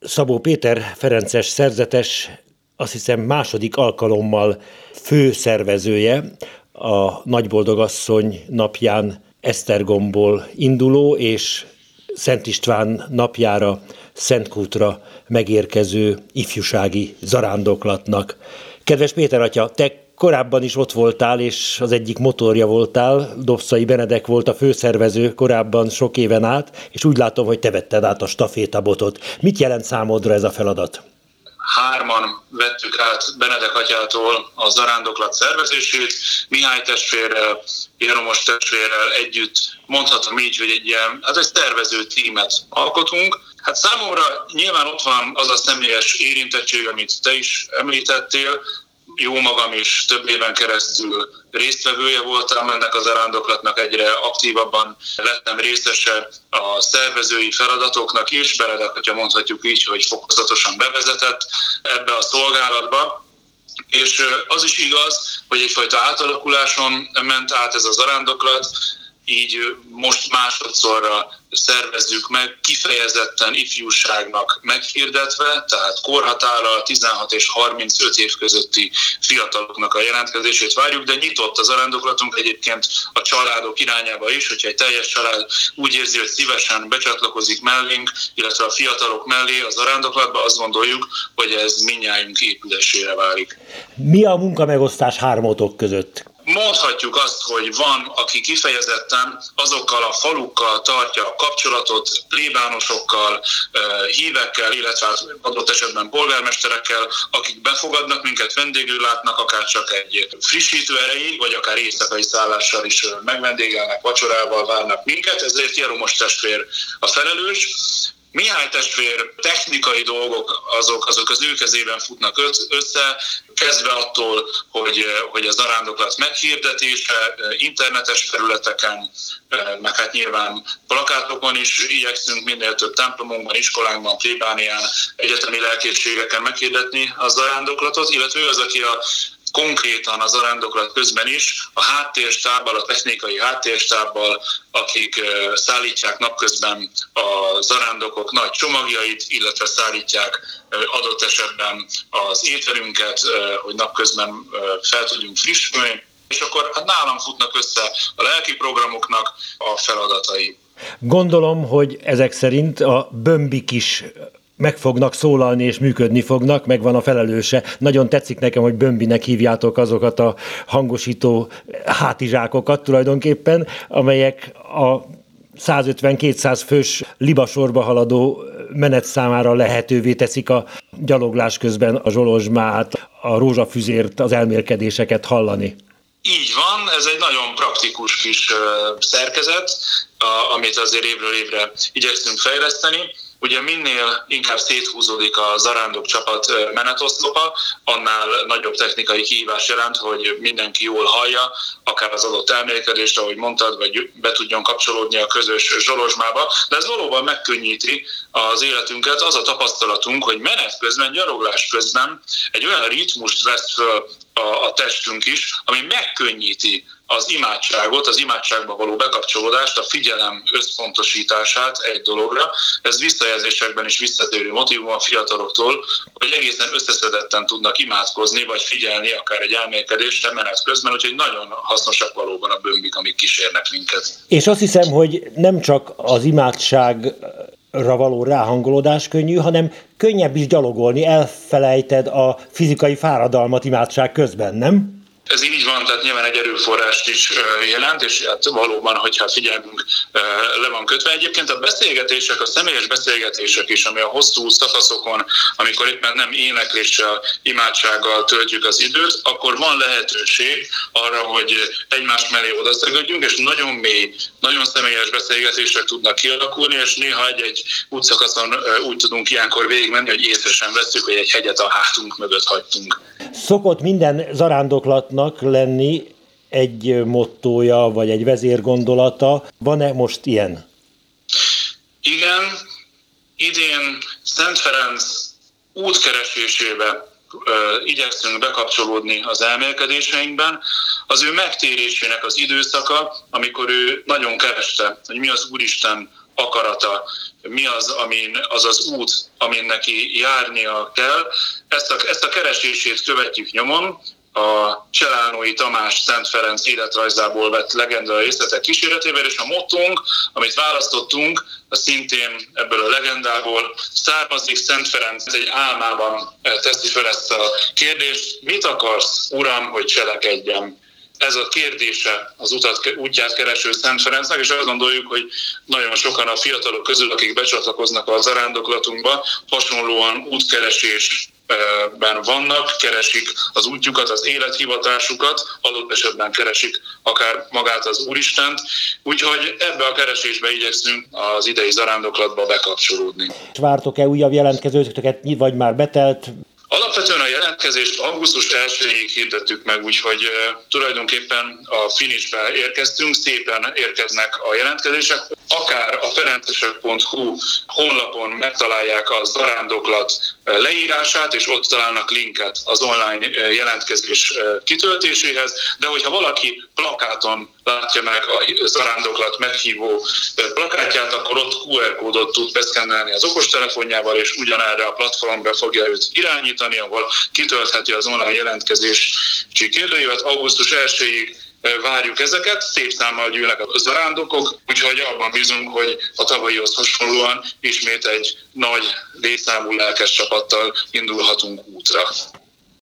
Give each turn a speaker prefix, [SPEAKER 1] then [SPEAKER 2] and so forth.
[SPEAKER 1] Szabó Péter ferences szerzetes, azt hiszem második alkalommal főszervezője a Nagyboldogasszony napján Esztergomból induló és Szent István napjára Szentkútra megérkező ifjúsági zarándoklatnak. Kedves Péter atya, te korábban is ott voltál, és az egyik motorja voltál, Dobszai Benedek volt a főszervező korábban sok éven át, és úgy látom, hogy te vetted át a stafétabotot. Mit jelent számodra ez a feladat?
[SPEAKER 2] Hárman vettük át Benedek atyától a zarándoklat szervezését, Mihály testvérrel, Jeromos testvérrel együtt, mondhatom így, hogy egy szervező tímet alkotunk. Hát számomra nyilván ott van az a személyes érintettség, amit te is említettél, jó magam is több éven keresztül résztvevője voltam ennek a zarándoklatnak, egyre aktívabban lettem részese a szervezői feladatoknak is. Benedek atya, mondhatjuk így, hogy fokozatosan bevezetett ebbe a szolgálatba. És az is igaz, hogy egyfajta átalakuláson ment át ez a zarándoklat, így most másodszorra szervezzük meg, kifejezetten ifjúságnak meghirdetve, tehát korhatárral 16 és 35 év közötti fiataloknak a jelentkezését várjuk, de nyitott a zarándoklatunk egyébként a családok irányába is, hogyha egy teljes család úgy érzi, hogy szívesen becsatlakozik mellénk, illetve a fiatalok mellé a zarándoklatba, azt gondoljuk, hogy ez mindnyájunk épülésére válik.
[SPEAKER 1] Mi a munkamegosztás hármatok között?
[SPEAKER 2] Mondhatjuk azt, hogy van, aki kifejezetten azokkal a falukkal tartja a kapcsolatot, plébánosokkal, hívekkel, illetve adott esetben polgármesterekkel, akik befogadnak minket, vendégül látnak, akár csak egy frissítő erejéig, vagy akár éjszakai szállással is megvendégelnek, vacsorával várnak minket, ezért Jeromos testvér a felelős. Mihály testvér technikai dolgok azok az ő kezében futnak össze, kezdve attól, hogy a zarándoklat meghirdetése internetes felületeken, meg hát nyilván plakátokon is igyekszünk minél több templomunkban, iskolánkban, plébánián, egyetemi lelkészségeken meghirdetni a zarándoklatot, illetve ő az, aki konkrétan a zarándoklat közben is a háttérstábbal, a technikai háttérstábbal, akik szállítják napközben a zarándokok nagy csomagjait, illetve szállítják adott esetben az ételünket, hogy napközben fel tudjunk frissülni, és akkor nálam futnak össze a lelki programoknak a feladatai.
[SPEAKER 1] Gondolom, hogy ezek szerint a bömbik is meg fognak szólalni és működni fognak, megvan a felelőse. Nagyon tetszik nekem, hogy bömbinek hívjátok azokat a hangosító hátizsákokat tulajdonképpen, amelyek a 150-200 fős libasorba haladó menet számára lehetővé teszik a gyaloglás közben a zsolozsmát, a rózsafüzért, az elmélkedéseket hallani.
[SPEAKER 2] Így van, ez egy nagyon praktikus kis szerkezet, amit azért évről évre igyekszünk fejleszteni. Ugye minél inkább széthúzódik a zarándok csapat menetoszlopa, annál nagyobb technikai kihívás jelent, hogy mindenki jól hallja, akár az adott elmélkedést, ahogy mondtad, vagy be tudjon kapcsolódni a közös zsolozsmába. De ez valóban megkönnyíti az életünket. Az a tapasztalatunk, hogy menet közben, gyaloglás közben egy olyan ritmust vesz föl a testünk is, ami megkönnyíti az imádságot, az imádságba való bekapcsolódást, a figyelem összpontosítását egy dologra. Ez visszajelzésekben is visszatérő motívum a fiataloktól, hogy egészen összeszedetten tudnak imádkozni, vagy figyelni akár egy elmélkedésre menet közben, úgyhogy nagyon hasznosak valóban a bömbik, amik kísérnek minket.
[SPEAKER 1] És azt hiszem, hogy nem csak az imádságra való ráhangolódás könnyű, hanem könnyebb is gyalogolni, elfelejted a fizikai fáradalmat imádság közben, nem?
[SPEAKER 2] Ez így van, tehát nyilván egy erőforrást is jelent, és hát valóban, hogyha figyelmünk le van kötve. Egyébként a beszélgetések, a személyes beszélgetések is, ami a hosszú szakaszokon, amikor éppen nem énekléssel, imádsággal töltjük az időt, akkor van lehetőség arra, hogy egymás mellé odaszegődjünk, és nagyon mély, nagyon személyes beszélgetések tudnak kialakulni, és néha egy útszakaszon úgy tudunk ilyenkor végigmenni, hogy észre sem vesszük, hogy egy hegyet a hátunk mögött hagytunk.
[SPEAKER 1] Szokott minden zarándoklatnak lenni egy mottója, vagy egy vezérgondolata. Van-e most ilyen?
[SPEAKER 2] Igen, idén Szent Ferenc útkeresésébe igyekszünk bekapcsolódni az elmélkedéseinkben. Az ő megtérésének az időszaka, amikor ő nagyon kereste, hogy mi az Úristen akarata, mi az az út, amin neki járnia kell. Ezt a keresését követjük nyomon, a Cselánói Tamás Szent Ferenc életrajzából vett legenda részletek kíséretével, és a mottónk, amit választottunk, az szintén ebből a legendából származik. Szent Ferenc egy álmában teszi fel ezt a kérdést: mit akarsz, Uram, hogy cselekedjem? Ez a kérdése az útját kereső Szent Ferencnek, és azt gondoljuk, hogy nagyon sokan a fiatalok közül, akik becsatlakoznak a zarándoklatunkba, hasonlóan útkeresésben vannak, keresik az útjukat, az élethivatásukat, adott esetben keresik akár magát az Úristent, úgyhogy ebbe a keresésbe igyekszünk az idei zarándoklatba bekapcsolódni.
[SPEAKER 1] Vártok-e újabb jelentkezőket, vagy már betelt?
[SPEAKER 2] Alapvetően a jelentkezést augusztus 1-ig hirdettük meg, úgyhogy tulajdonképpen a finishbe érkeztünk, szépen érkeznek a jelentkezések. Akár a ferencesek.hu honlapon megtalálják a zarándoklat leírását, és ott találnak linket az online jelentkezés kitöltéséhez, de hogyha valaki plakáton látja meg a zarándoklat meghívó plakátját, akkor ott QR kódot tud beszkennelni az okostelefonjával, és ugyanerre a platformra fogja őt irányítani, ahol kitöltheti az online jelentkezési kérdőívet. Augusztus 1-ig várjuk ezeket, szép számmal gyűlnek a zarándokok, úgyhogy abban bízunk, hogy a tavalyihoz hasonlóan ismét egy nagy létszámú lelkes csapattal indulhatunk útra.